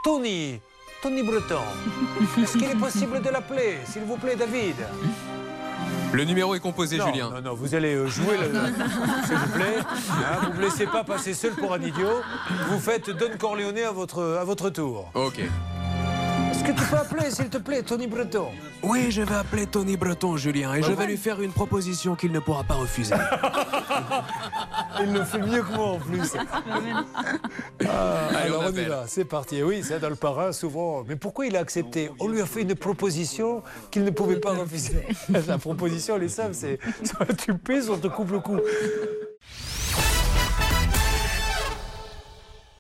Tony Breton. Est-ce qu'il est possible de l'appeler, s'il vous plaît, David? Le numéro est composé, non, Julien. Non, vous allez jouer, s'il vous plaît. Hein, vous ne me laissez pas passer seul pour un idiot. Vous faites Don Corleone à votre tour. Ok. Est-ce que tu peux appeler, s'il te plaît, Tony Breton? Oui, je vais appeler Tony Breton, Julien, et je vais lui faire une proposition qu'il ne pourra pas refuser. Il le fait mieux que moi en plus. Alors on y va, c'est parti. Oui, c'est dans le parrain souvent. Mais pourquoi il a accepté? On lui a fait une proposition qu'il ne pouvait pas refuser. La proposition, elle est simple, c'est soit tu paies, soit on te coupe le cou.